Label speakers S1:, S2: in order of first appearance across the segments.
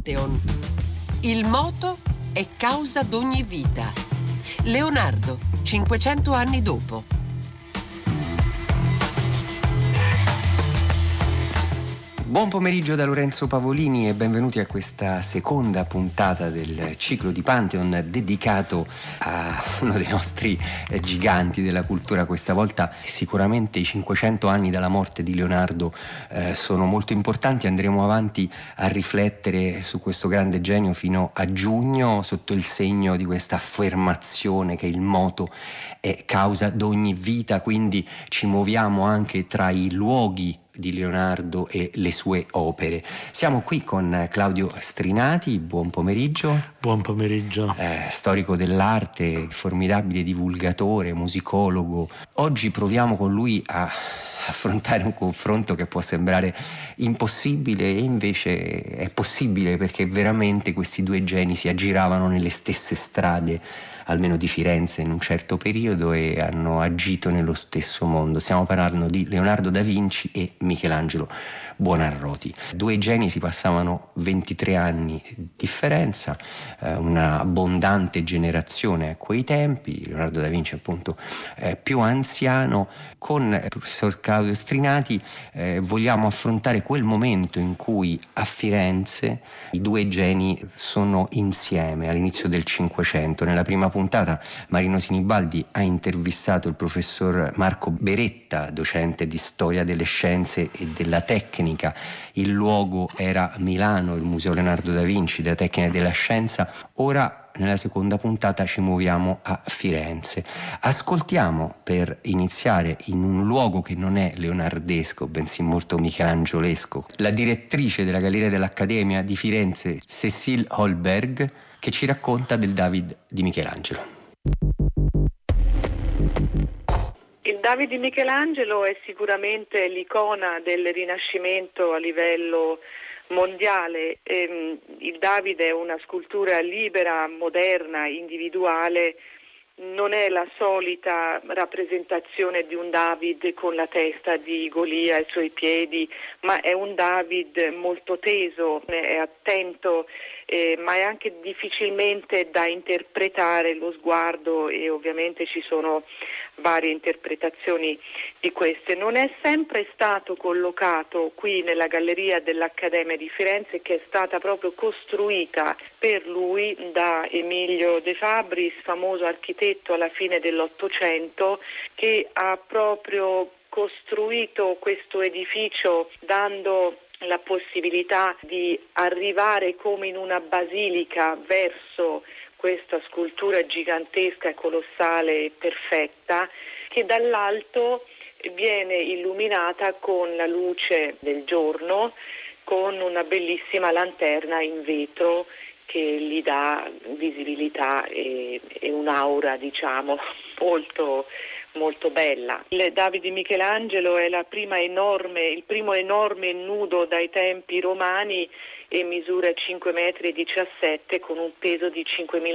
S1: Pantheon. Il moto è causa d'ogni vita. Leonardo, 500 anni dopo.
S2: Buon pomeriggio da Lorenzo Pavolini e benvenuti a questa seconda puntata del ciclo di Pantheon dedicato a uno dei nostri giganti della cultura. Questa volta sicuramente i 500 anni dalla morte di Leonardo sono molto importanti. Andremo avanti a riflettere su questo grande genio fino a giugno, sotto il segno di questa affermazione che il moto è causa d'ogni vita, quindi ci muoviamo anche tra i luoghi di Leonardo e le sue opere. Siamo qui con Claudio Strinati, buon pomeriggio.
S3: Buon pomeriggio.
S2: Storico dell'arte, formidabile divulgatore, musicologo. Oggi proviamo con lui a affrontare un confronto che può sembrare impossibile e invece è possibile, perché veramente questi due geni si aggiravano nelle stesse strade, almeno di Firenze in un certo periodo, e hanno agito nello stesso mondo. Stiamo parlando di Leonardo da Vinci e Michelangelo Buonarroti. Due geni si passavano 23 anni di differenza, una abbondante generazione a quei tempi. Leonardo da Vinci appunto più anziano. Con il professor Claudio Strinati vogliamo affrontare quel momento in cui a Firenze i due geni sono insieme all'inizio del Cinquecento. Nella prima puntata Marino Sinibaldi ha intervistato il professor Marco Beretta, docente di storia delle scienze e della tecnica. Il luogo era Milano, il Museo Leonardo da Vinci della tecnica e della scienza. Ora nella seconda puntata ci muoviamo a Firenze. Ascoltiamo, per iniziare, in un luogo che non è leonardesco bensì molto michelangiolesco, la direttrice della Galleria dell'Accademia di Firenze, Cécile Holberg, che ci racconta del David di Michelangelo.
S4: Il David di Michelangelo è sicuramente l'icona del Rinascimento a livello mondiale. Il David è una scultura libera, moderna, individuale. Non è la solita rappresentazione di un David con la testa di Golia ai suoi piedi, ma è un David molto teso, è attento, ma è anche difficilmente da interpretare lo sguardo, e ovviamente ci sono varie interpretazioni di queste. Non è sempre stato collocato qui nella Galleria dell'Accademia di Firenze, che è stata proprio costruita per lui da Emilio De Fabris, famoso architetto alla fine dell'Ottocento, che ha proprio costruito questo edificio dando la possibilità di arrivare come in una basilica verso questa scultura gigantesca e colossale e perfetta, che dall'alto viene illuminata con la luce del giorno, con una bellissima lanterna in vetro che gli dà visibilità e un'aura, diciamo, molto bella. Il David di Michelangelo è il primo enorme nudo dai tempi romani e misura 5,17 m con un peso di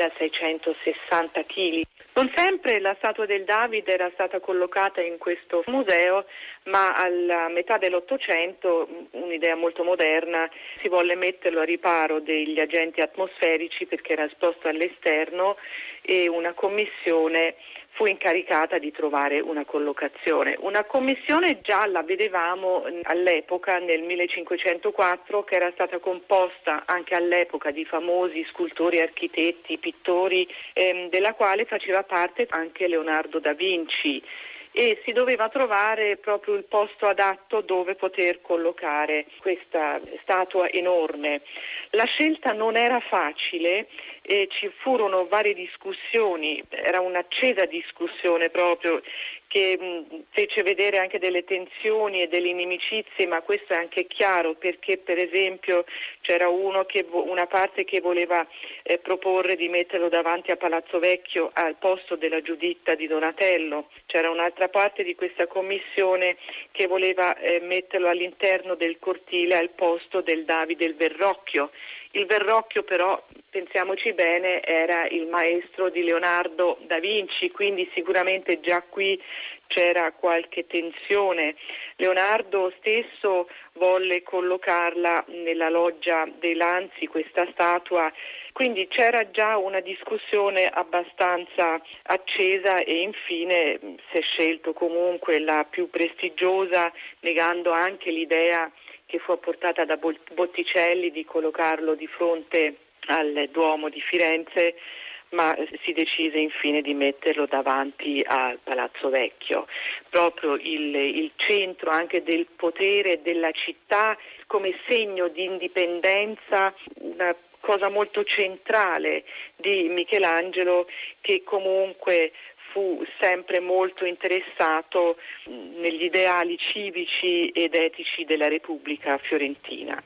S4: 5.660 kg. Non sempre la statua del David era stata collocata in questo museo, ma alla metà dell'Ottocento, un'idea molto moderna, si volle metterlo a riparo degli agenti atmosferici perché era esposto all'esterno, e una commissione fu incaricata di trovare una collocazione. Una commissione già la vedevamo all'epoca, nel 1504, che era stata composta anche all'epoca di famosi scultori, architetti, pittori, della quale faceva parte anche Leonardo da Vinci, e si doveva trovare proprio il posto adatto dove poter collocare questa statua enorme. La scelta non era facile e ci furono varie discussioni, era un'accesa discussione proprio che fece vedere anche delle tensioni e delle inimicizie, ma questo è anche chiaro perché, per esempio, c'era una parte che voleva proporre di metterlo davanti a Palazzo Vecchio al posto della Giuditta di Donatello, c'era un'altra parte di questa commissione che voleva metterlo all'interno del cortile al posto del Davide il Verrocchio. Il Verrocchio però, pensiamoci bene, era il maestro di Leonardo da Vinci, quindi sicuramente già qui c'era qualche tensione. Leonardo stesso volle collocarla nella loggia dei Lanzi, questa statua, quindi c'era già una discussione abbastanza accesa e infine si è scelto comunque la più prestigiosa, negando anche l'idea che fu apportata da Botticelli di collocarlo di fronte al Duomo di Firenze, ma si decise infine di metterlo davanti al Palazzo Vecchio, proprio il centro anche del potere della città, come segno di indipendenza, una cosa molto centrale di Michelangelo, che comunque fu sempre molto interessato negli ideali civici ed etici della Repubblica fiorentina.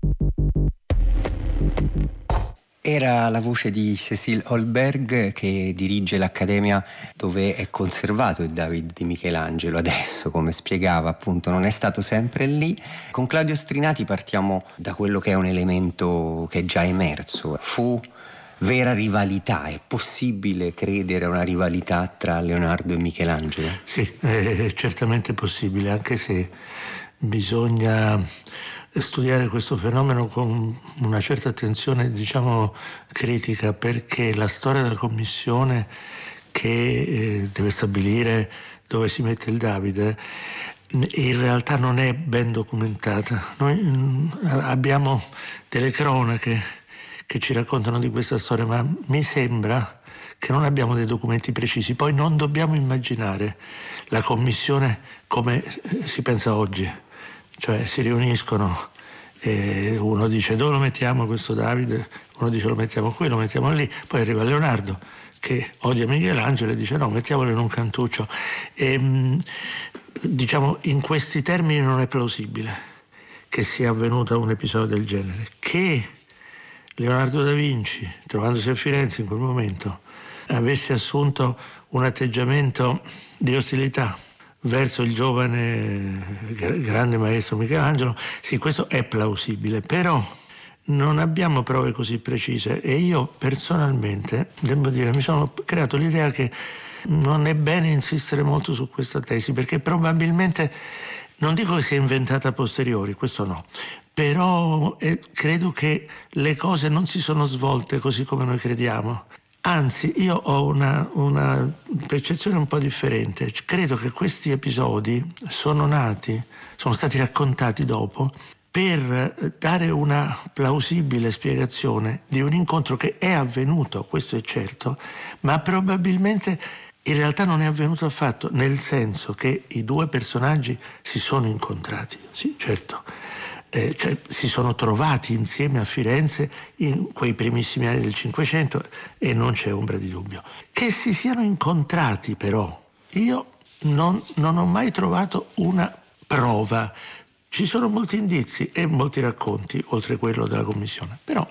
S2: Era la voce di Cécile Holberg, che dirige l'Accademia dove è conservato il David di Michelangelo adesso, come spiegava, appunto non è stato sempre lì. Con Claudio Strinati partiamo da quello che è un elemento che è già emerso. Fu vera rivalità. È possibile credere a una rivalità tra Leonardo e Michelangelo?
S3: Sì, è certamente possibile, anche se bisogna studiare questo fenomeno con una certa attenzione, diciamo, critica, perché la storia della commissione che deve stabilire dove si mette il Davide in realtà non è ben documentata. Noi abbiamo delle cronache che ci raccontano di questa storia, ma mi sembra che non abbiamo dei documenti precisi. Poi non dobbiamo immaginare la commissione come si pensa oggi, cioè si riuniscono e uno dice dove lo mettiamo questo Davide, uno dice lo mettiamo qui, lo mettiamo lì, poi arriva Leonardo che odia Michelangelo e dice no, mettiamolo in un cantuccio. Diciamo, in questi termini non è plausibile che sia avvenuto un episodio del genere. Che Leonardo da Vinci, trovandosi a Firenze in quel momento, avesse assunto un atteggiamento di ostilità verso il giovane grande maestro Michelangelo, sì, questo è plausibile, però non abbiamo prove così precise e io personalmente, devo dire, mi sono creato l'idea che non è bene insistere molto su questa tesi, perché probabilmente, non dico che sia inventata a posteriori, questo no, però credo che le cose non si sono svolte così come noi crediamo. Anzi, io ho una percezione un po' differente. Credo che questi episodi sono stati raccontati dopo per dare una plausibile spiegazione di un incontro che è avvenuto, questo è certo, ma probabilmente in realtà non è avvenuto affatto, nel senso che i due personaggi si sono incontrati, sì, certo. Cioè, si sono trovati insieme a Firenze in quei primissimi anni del Cinquecento e non c'è ombra di dubbio. Che si siano incontrati però, io non ho mai trovato una prova. Ci sono molti indizi e molti racconti, oltre quello della commissione, però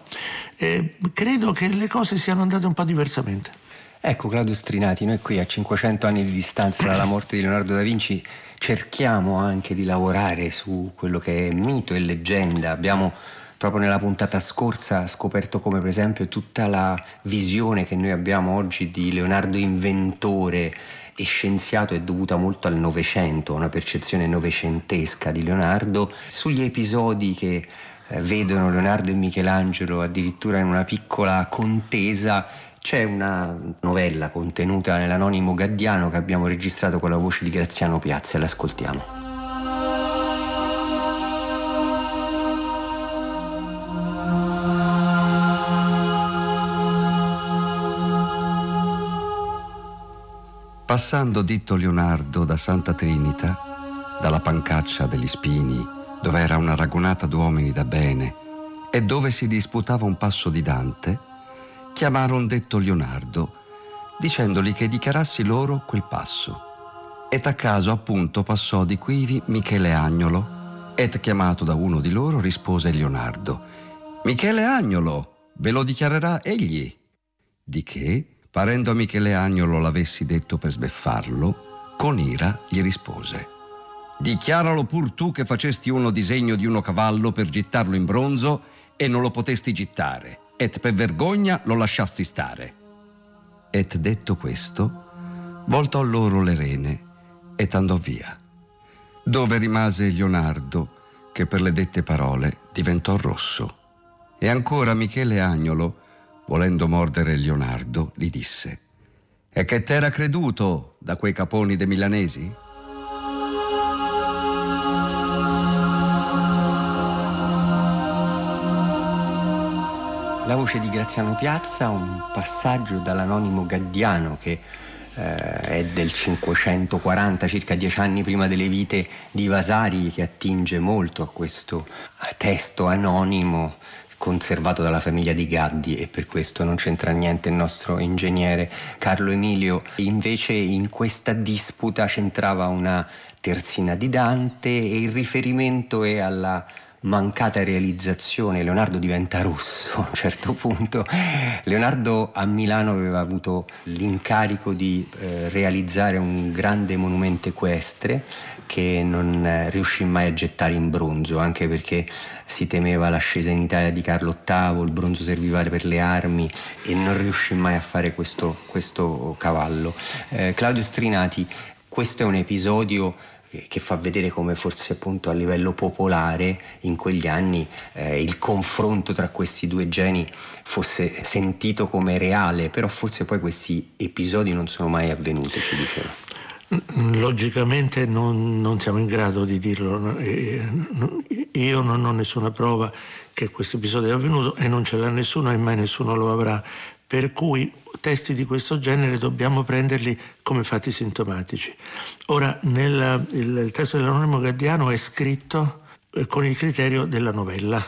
S3: credo che le cose siano andate un po' diversamente.
S2: Ecco, Claudio Strinati, noi qui a 500 anni di distanza dalla morte di Leonardo da Vinci cerchiamo anche di lavorare su quello che è mito e leggenda. Abbiamo proprio nella puntata scorsa scoperto come, per esempio, tutta la visione che noi abbiamo oggi di Leonardo inventore e scienziato è dovuta molto al Novecento, una percezione novecentesca di Leonardo. Sugli episodi che vedono Leonardo e Michelangelo addirittura in una piccola contesa, c'è una novella contenuta nell'Anonimo Gaddiano che abbiamo registrato con la voce di Graziano Piazza e l'ascoltiamo.
S5: Passando ditto Leonardo da Santa Trinita, dalla pancaccia degli Spini, dove era una ragunata d'uomini da bene e dove si disputava un passo di Dante, chiamaron detto Leonardo, dicendogli che dichiarassi loro quel passo. Et a caso appunto passò di quivi Michele Agnolo, et chiamato da uno di loro rispose Leonardo, Michele Agnolo, ve lo dichiarerà egli. Di che, parendo a Michele Agnolo l'avessi detto per sbeffarlo, con ira gli rispose, dichiaralo pur tu che facesti uno disegno di uno cavallo per gittarlo in bronzo e non lo potesti gittare, et per vergogna lo lasciasti stare. Et detto questo, voltò loro le rene et andò via, dove rimase Leonardo, che per le dette parole diventò rosso. E ancora Michele Agnolo, volendo mordere Leonardo, gli disse: «E che t'era creduto da quei caponi de milanesi?»
S2: La voce di Graziano Piazza, un passaggio dall'anonimo Gaddiano che è del 540, circa 10 anni prima delle vite di Vasari, che attinge molto a questo testo anonimo conservato dalla famiglia di Gaddi, e per questo non c'entra niente il nostro ingegnere Carlo Emilio. Invece in questa disputa c'entrava una terzina di Dante e il riferimento è alla mancata realizzazione. Leonardo diventa rosso a un certo punto. Leonardo a Milano aveva avuto l'incarico di realizzare un grande monumento equestre che non riuscì mai a gettare in bronzo, anche perché si temeva l'ascesa in Italia di Carlo VIII, il bronzo serviva per le armi e non riuscì mai a fare questo cavallo. Claudio Strinati, questo è un episodio che fa vedere come forse appunto a livello popolare in quegli anni il confronto tra questi due geni fosse sentito come reale, però forse poi questi episodi non sono mai avvenuti, ci diceva.
S3: Logicamente non siamo in grado di dirlo. Io non ho nessuna prova che questo episodio è avvenuto e non ce l'ha nessuno e mai nessuno lo avrà. Per cui testi di questo genere dobbiamo prenderli come fatti sintomatici. Ora, il testo dell'anonimo Gaddiano è scritto con il criterio della novella.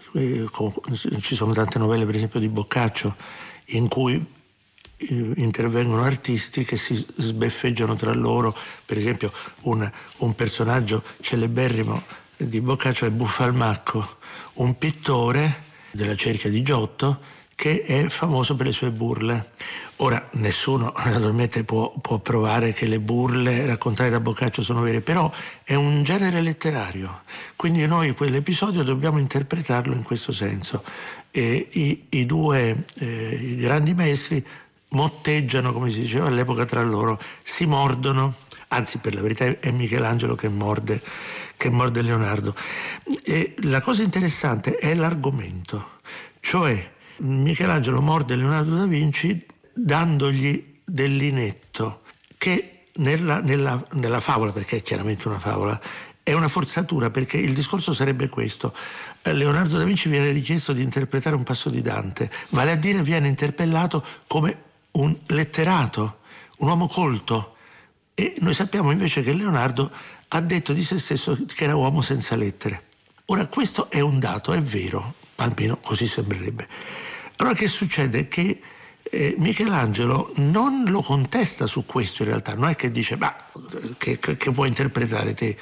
S3: Ci sono tante novelle, per esempio di Boccaccio, in cui intervengono artisti che si sbeffeggiano tra loro. Per esempio un personaggio celeberrimo di Boccaccio è Buffalmacco, un pittore della cerchia di Giotto che è famoso per le sue burle. Ora, nessuno naturalmente può provare che le burle raccontate da Boccaccio sono vere, però è un genere letterario, quindi noi quell'episodio dobbiamo interpretarlo in questo senso. E i due grandi maestri motteggiano, come si diceva all'epoca, tra loro, si mordono, anzi per la verità è Michelangelo che morde Leonardo. E la cosa interessante è l'argomento, cioè Michelangelo morde Leonardo da Vinci dandogli del linetto che nella favola, perché è chiaramente una favola, è una forzatura, perché il discorso sarebbe questo: Leonardo da Vinci viene richiesto di interpretare un passo di Dante, vale a dire viene interpellato come un letterato, un uomo colto, e noi sappiamo invece che Leonardo ha detto di se stesso che era uomo senza lettere. Ora, questo è un dato, è vero, almeno così sembrerebbe. Allora che succede? Che Michelangelo non lo contesta su questo, in realtà non è che dice ma che puoi interpretare te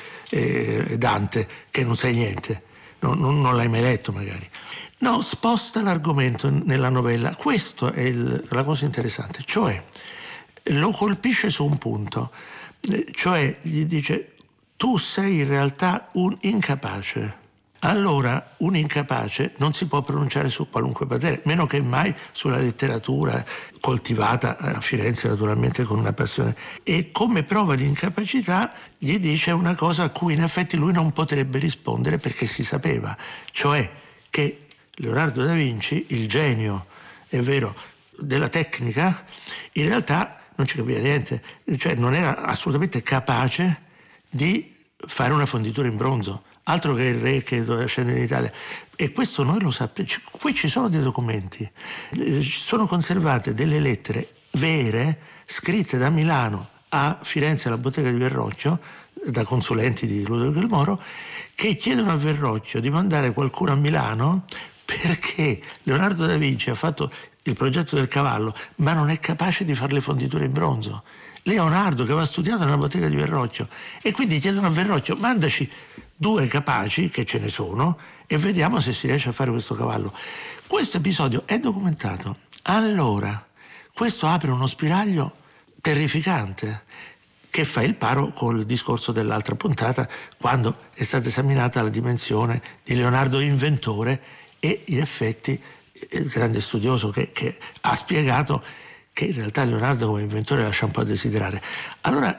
S3: Dante, che non sai niente, non l'hai mai letto magari. No, sposta l'argomento nella novella. Questa è la cosa interessante, cioè lo colpisce su un punto, cioè gli dice: tu sei in realtà un incapace. Allora un incapace non si può pronunciare su qualunque materia, meno che mai sulla letteratura coltivata a Firenze naturalmente con una passione. E come prova di incapacità gli dice una cosa a cui in effetti lui non potrebbe rispondere, perché si sapeva, cioè che Leonardo da Vinci, il genio, è vero, della tecnica, in realtà non ci capiva niente, cioè non era assolutamente capace di fare una fonditura in bronzo. Altro che il re che doveva scendere in Italia. E questo noi lo sappiamo. Qui ci sono dei documenti, sono conservate delle lettere vere scritte da Milano a Firenze alla bottega di Verrocchio da consulenti di Ludovico il Moro, che chiedono a Verrocchio di mandare qualcuno a Milano perché Leonardo da Vinci ha fatto il progetto del cavallo ma non è capace di fare le fonditure in bronzo. Leonardo, che aveva studiato nella bottega di Verrocchio, e quindi chiedono a Verrocchio: mandaci 2 capaci, che ce ne sono, e vediamo se si riesce a fare questo cavallo. Questo episodio è documentato. Allora, questo apre uno spiraglio terrificante che fa il paro col discorso dell'altra puntata, quando è stata esaminata la dimensione di Leonardo inventore E in effetti il grande studioso che ha spiegato che in realtà Leonardo come inventore lascia un po' a desiderare. Allora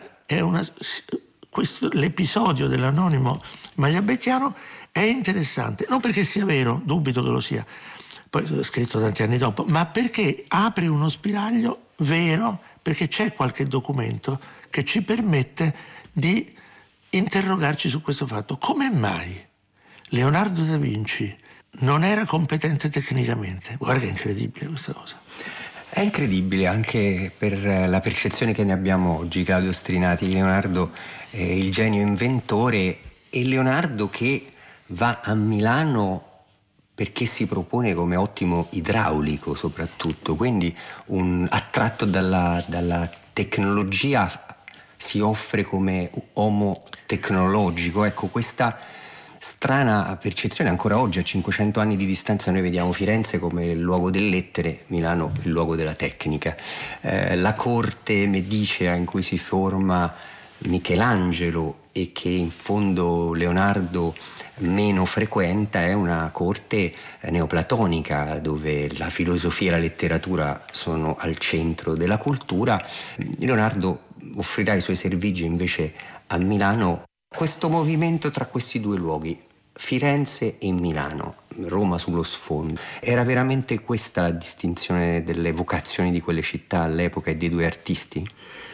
S3: l'episodio dell'anonimo Magliabechiano è interessante, non perché sia vero, dubito che lo sia, poi è scritto tanti anni dopo, ma perché apre uno spiraglio vero, perché c'è qualche documento che ci permette di interrogarci su questo fatto. Come mai Leonardo da Vinci non era competente tecnicamente? Guarda che è incredibile questa cosa.
S2: È incredibile anche per la percezione che ne abbiamo oggi, Claudio Strinati. Leonardo è il genio inventore, e Leonardo che va a Milano perché si propone come ottimo idraulico soprattutto, quindi attratto dalla tecnologia si offre come uomo tecnologico. Ecco, questa strana percezione ancora oggi, a 500 anni di distanza, noi vediamo Firenze come il luogo delle lettere, Milano il luogo della tecnica. La corte medicea in cui si forma Michelangelo e che in fondo Leonardo meno frequenta è una corte neoplatonica, dove la filosofia e la letteratura sono al centro della cultura. Leonardo offrirà i suoi servigi invece a Milano. Questo movimento tra questi due luoghi, Firenze e Milano, Roma sullo sfondo, era veramente questa la distinzione delle vocazioni di quelle città all'epoca e dei due artisti?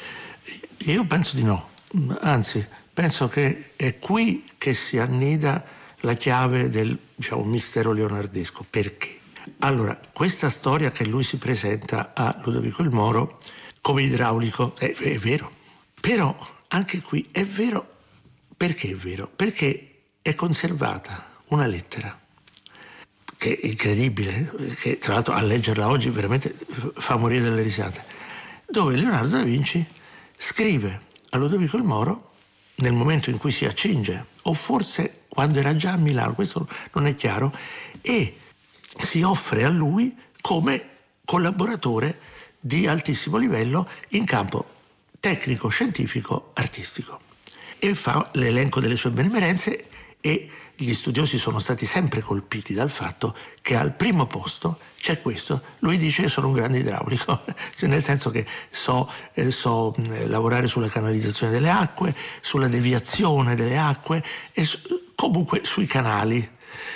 S3: Io penso di no, anzi penso che è qui che si annida la chiave del, mistero leonardesco. Perché? Allora, questa storia che lui si presenta a Ludovico il Moro come idraulico è vero, però anche qui è vero. Perché è vero? Perché è conservata una lettera che è incredibile, che tra l'altro a leggerla oggi veramente fa morire dalle risate, dove Leonardo da Vinci scrive a Ludovico il Moro nel momento in cui si accinge, o forse quando era già a Milano, questo non è chiaro, e si offre a lui come collaboratore di altissimo livello in campo tecnico, scientifico, artistico. E fa l'elenco delle sue benemerenze, e gli studiosi sono stati sempre colpiti dal fatto che al primo posto c'è questo. Lui dice: io sono un grande idraulico, nel senso che so lavorare sulla canalizzazione delle acque, sulla deviazione delle acque e comunque sui canali,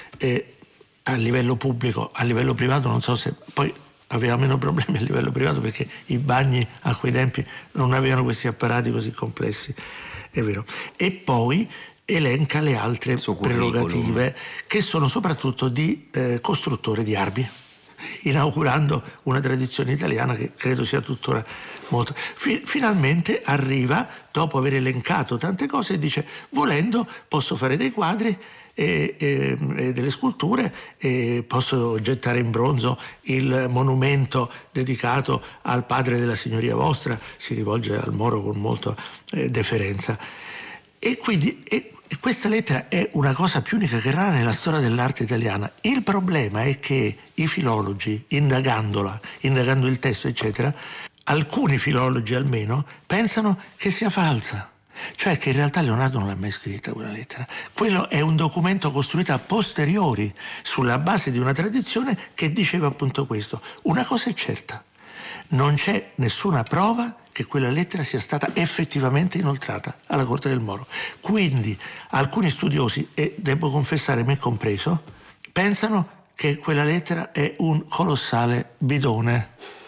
S3: a livello pubblico. A livello privato non so se poi aveva meno problemi a livello privato, perché i bagni a quei tempi non avevano questi apparati così complessi. È vero. E poi elenca le altre prerogative, che sono soprattutto di costruttore di armi, inaugurando una tradizione italiana che credo sia tuttora molto. Finalmente arriva, dopo aver elencato tante cose, e dice: volendo posso fare dei quadri e delle sculture, e posso gettare in bronzo il monumento dedicato al padre della signoria vostra. Si rivolge al Moro con molta deferenza. E quindi questa lettera è una cosa più unica che rara nella storia dell'arte italiana. Il problema è che i filologi, indagando il testo eccetera, alcuni filologi almeno pensano che sia falsa, cioè che in realtà Leonardo non l'ha mai scritta quella lettera. Quello è un documento costruito a posteriori sulla base di una tradizione che diceva appunto questo. Una cosa è certa: non c'è nessuna prova che quella lettera sia stata effettivamente inoltrata alla corte del Moro. Quindi alcuni studiosi, e devo confessare me compreso, pensano che quella lettera è un colossale bidone.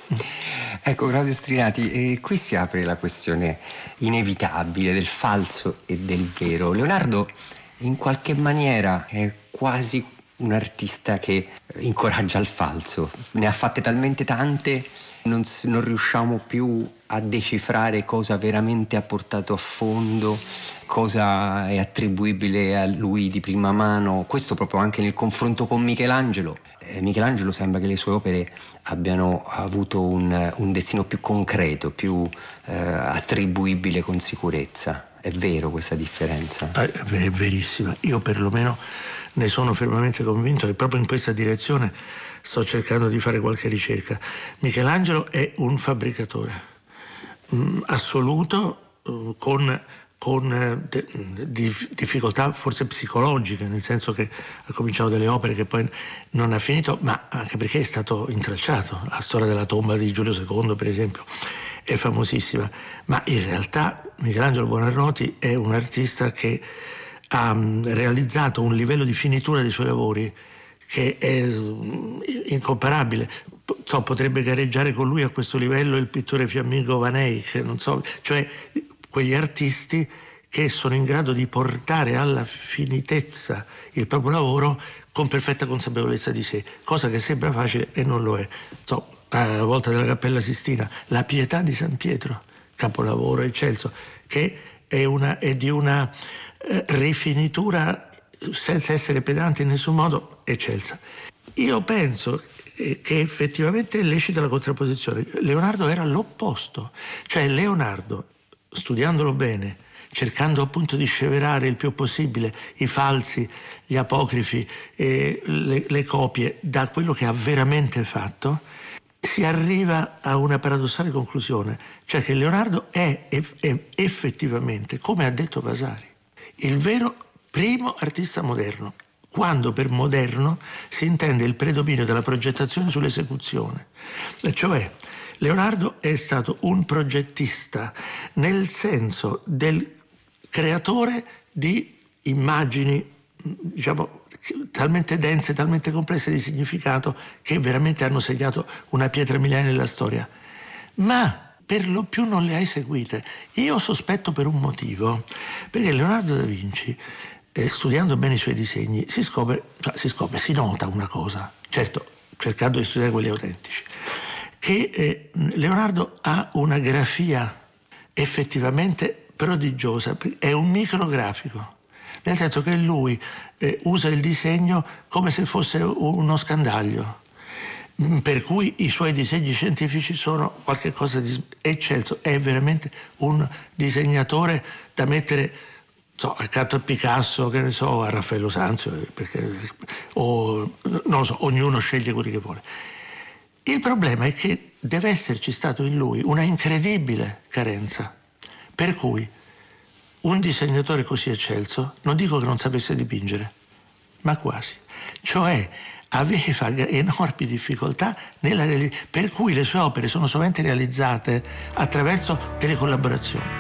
S2: Ecco, Claudio Strinati, qui si apre la questione inevitabile del falso e del vero. Leonardo in qualche maniera è quasi un artista che incoraggia il falso. Ne ha fatte talmente tante, non riusciamo più a decifrare cosa veramente ha portato a fondo, cosa è attribuibile a lui di prima mano. Questo proprio anche nel confronto con Michelangelo. Michelangelo sembra che le sue opere abbiano avuto un destino più concreto, più attribuibile con sicurezza. È vero questa differenza?
S3: È verissima. Io perlomeno ne sono fermamente convinto, e proprio in questa direzione sto cercando di fare qualche ricerca. Michelangelo è un fabbricatore assoluto, con con difficoltà forse psicologiche, nel senso che ha cominciato delle opere che poi non ha finito, ma anche perché è stato intralciato. La storia della tomba di Giulio II, per esempio, è famosissima, ma in realtà Michelangelo Buonarroti è un artista che ha realizzato un livello di finitura dei suoi lavori che è incomparabile. Potrebbe gareggiare con lui a questo livello il pittore fiammingo Van Eyck, non so, cioè quegli artisti che sono in grado di portare alla finitezza il proprio lavoro con perfetta consapevolezza di sé, cosa che sembra facile e non lo è. La volta della Cappella Sistina, la Pietà di San Pietro, capolavoro eccelso, che è di una rifinitura, senza essere pedante in nessun modo, eccelsa. Io penso che effettivamente è lecita la contrapposizione. Leonardo era l'opposto, cioè Leonardo, studiandolo bene, cercando appunto di sceverare il più possibile i falsi, gli apocrifi, le copie da quello che ha veramente fatto, si arriva a una paradossale conclusione, cioè che Leonardo è effettivamente, come ha detto Vasari, il vero primo artista moderno, quando per moderno si intende il predominio della progettazione sull'esecuzione. Cioè, Leonardo è stato un progettista nel senso del creatore di immagini, diciamo, talmente dense, talmente complesse di significato, che veramente hanno segnato una pietra miliare nella storia. Ma per lo più non le ha eseguite. Io sospetto per un motivo, perché Leonardo da Vinci, studiando bene i suoi disegni, si nota una cosa, certo, cercando di studiare quelli autentici, che Leonardo ha una grafia effettivamente prodigiosa, è un micrografico, nel senso che lui usa il disegno come se fosse uno scandaglio, per cui i suoi disegni scientifici sono qualcosa di eccelso. È veramente un disegnatore da mettere accanto a Picasso, che ne so, a Raffaello Sanzio, o non lo so, ognuno sceglie quelli che vuole. Il problema è che deve esserci stato in lui una incredibile carenza, per cui un disegnatore così eccelso, non dico che non sapesse dipingere, ma quasi. Cioè aveva enormi difficoltà nella realizzazione, per cui le sue opere sono sovente realizzate attraverso delle collaborazioni.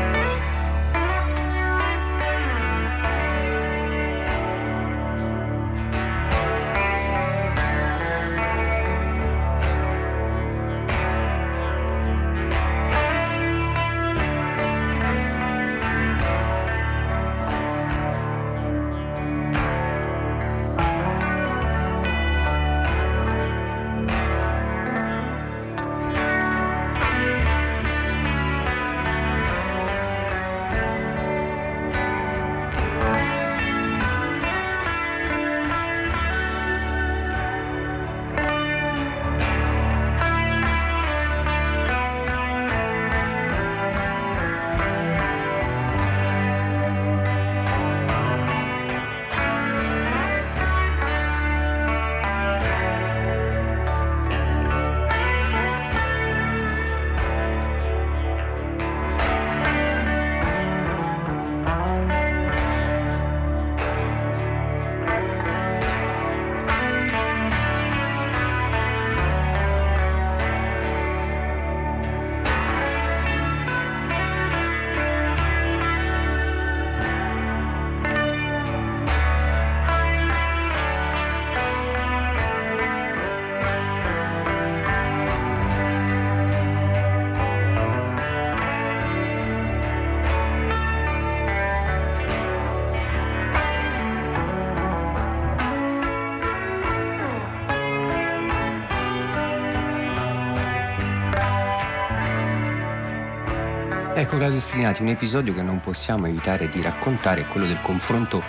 S2: Ecco, Claudio Strinati, un episodio che non possiamo evitare di raccontare è quello del confronto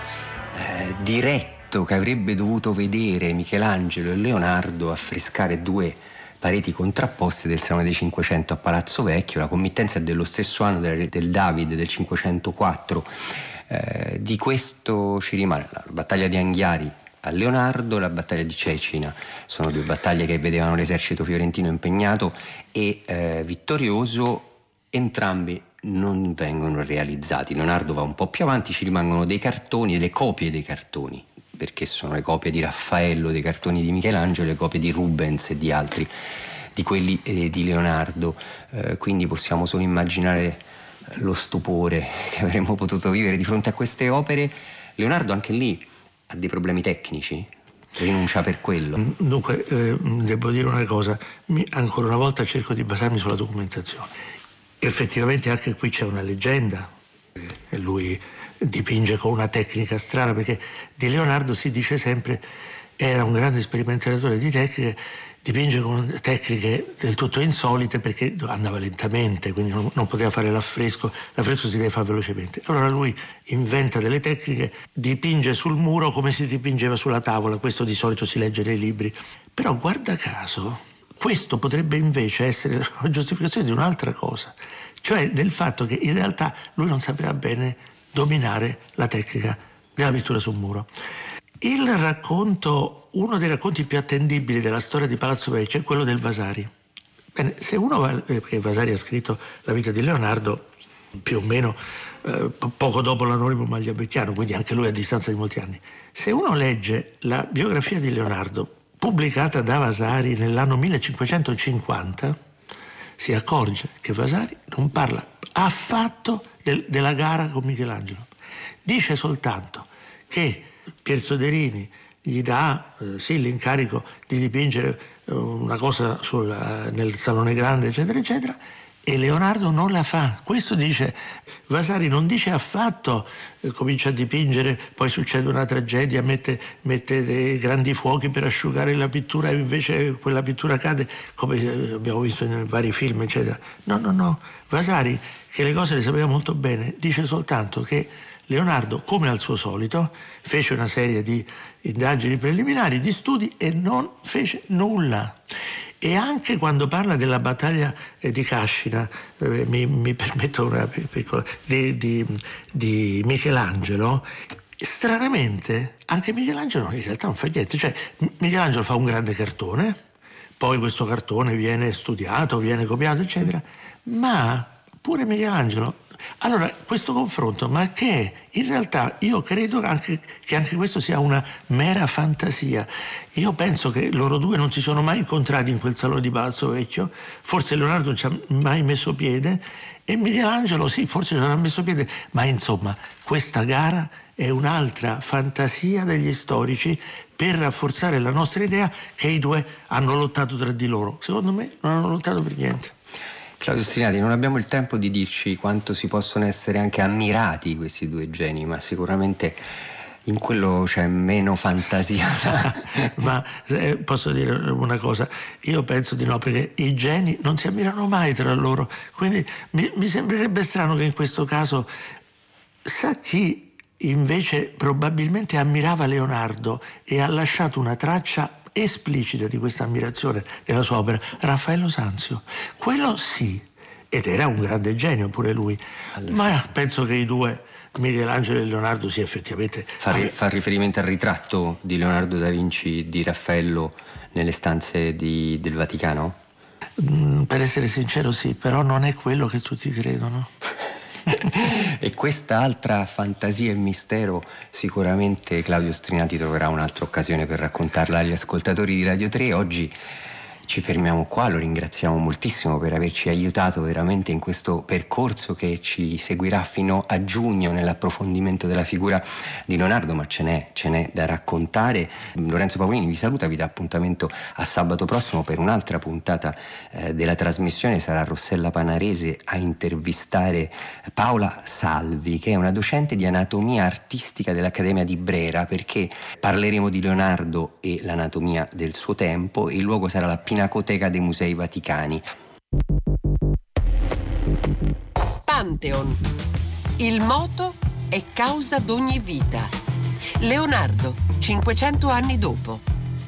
S2: diretto che avrebbe dovuto vedere Michelangelo e Leonardo affrescare due pareti contrapposte del Salone dei 500 a Palazzo Vecchio. La committenza è dello stesso anno del David, del 504. Di questo ci rimane la battaglia di Anghiari a Leonardo e la battaglia di Cecina. Sono due battaglie che vedevano l'esercito fiorentino impegnato e vittorioso, entrambi non vengono realizzati. Leonardo va un po' più avanti, ci rimangono dei cartoni, delle copie dei cartoni, perché sono le copie di Raffaello, dei cartoni di Michelangelo, le copie di Rubens e di altri, di quelli di Leonardo. Quindi possiamo solo immaginare lo stupore che avremmo potuto vivere di fronte a queste opere. Leonardo anche lì ha dei problemi tecnici, rinuncia per quello.
S3: Dunque, devo dire una cosa, ancora una volta cerco di basarmi sulla documentazione. Effettivamente anche qui c'è una leggenda, e lui dipinge con una tecnica strana, perché di Leonardo si dice sempre era un grande sperimentatore di tecniche, dipinge con tecniche del tutto insolite perché andava lentamente, quindi non poteva fare l'affresco si deve fare velocemente. Allora lui inventa delle tecniche, dipinge sul muro come si dipingeva sulla tavola, questo di solito si legge nei libri. Però guarda caso, questo potrebbe invece essere la giustificazione di un'altra cosa, cioè del fatto che in realtà lui non sapeva bene dominare la tecnica della pittura sul muro. Il racconto, uno dei racconti più attendibili della storia di Palazzo Vecchio è quello del Vasari. Bene, se uno va, perché Vasari ha scritto la vita di Leonardo più o meno poco dopo l'anonimo Magliabechiano, quindi anche lui a distanza di molti anni. Se uno legge la biografia di Leonardo pubblicata da Vasari nell'anno 1550, si accorge che Vasari non parla affatto della gara con Michelangelo. Dice soltanto che Pier Soderini gli dà l'incarico di dipingere una cosa nel Salone Grande, eccetera, eccetera, e Leonardo non la fa. Questo dice Vasari, non dice affatto comincia a dipingere, poi succede una tragedia, mette dei grandi fuochi per asciugare la pittura e invece quella pittura cade, come abbiamo visto in vari film, eccetera. No, Vasari, che le cose le sapeva molto bene, dice soltanto che Leonardo, come al suo solito, fece una serie di indagini preliminari, di studi e non fece nulla. E anche quando parla della battaglia di Cascina, mi permetto una piccola, di Michelangelo, stranamente anche Michelangelo in realtà non fa niente. Cioè Michelangelo fa un grande cartone, poi questo cartone viene studiato, viene copiato, eccetera, ma pure Michelangelo. Allora, questo confronto, ma che in realtà io credo che anche questo sia una mera fantasia. Io penso che loro due non si sono mai incontrati in quel salone di Palazzo Vecchio, forse Leonardo non ci ha mai messo piede e Michelangelo sì, forse non ha messo piede, ma insomma questa gara è un'altra fantasia degli storici per rafforzare la nostra idea che i due hanno lottato tra di loro. Secondo me non hanno lottato per niente.
S2: Claudio Ostrinati, non abbiamo il tempo di dirci quanto si possono essere anche ammirati questi due geni, ma sicuramente in quello c'è meno fantasia.
S3: Ma posso dire una cosa? Io penso di no, perché i geni non si ammirano mai tra loro, quindi mi sembrerebbe strano che in questo caso, sa chi invece probabilmente ammirava Leonardo e ha lasciato una traccia esplicita di questa ammirazione della sua opera? Raffaello Sanzio. Quello sì, ed era un grande genio pure lui, ma penso che i due, Michelangelo e Leonardo, sia effettivamente
S2: fa riferimento al ritratto di Leonardo da Vinci di Raffaello nelle stanze del Vaticano?
S3: Per essere sincero sì, però non è quello che tutti credono.
S2: E questa altra fantasia e mistero sicuramente Claudio Ostrinati troverà un'altra occasione per raccontarla agli ascoltatori di Radio 3. Oggi ci fermiamo qua, lo ringraziamo moltissimo per averci aiutato veramente in questo percorso che ci seguirà fino a giugno nell'approfondimento della figura di Leonardo, ma ce n'è da raccontare. Lorenzo Pavolini vi saluta, vi dà appuntamento a sabato prossimo per un'altra puntata della trasmissione. Sarà Rossella Panarese a intervistare Paola Salvi, che è una docente di anatomia artistica dell'Accademia di Brera, perché parleremo di Leonardo e l'anatomia del suo tempo. Il luogo sarà la Pinacoteca dei Musei Vaticani.
S1: Pantheon. Il moto è causa d'ogni vita. Leonardo, 500 anni dopo.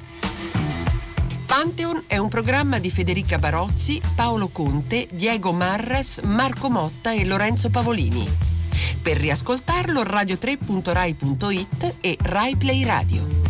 S1: Pantheon è un programma di Federica Barozzi, Paolo Conte, Diego Marras, Marco Motta e Lorenzo Pavolini. Per riascoltarlo radio3.rai.it e Rai Play Radio.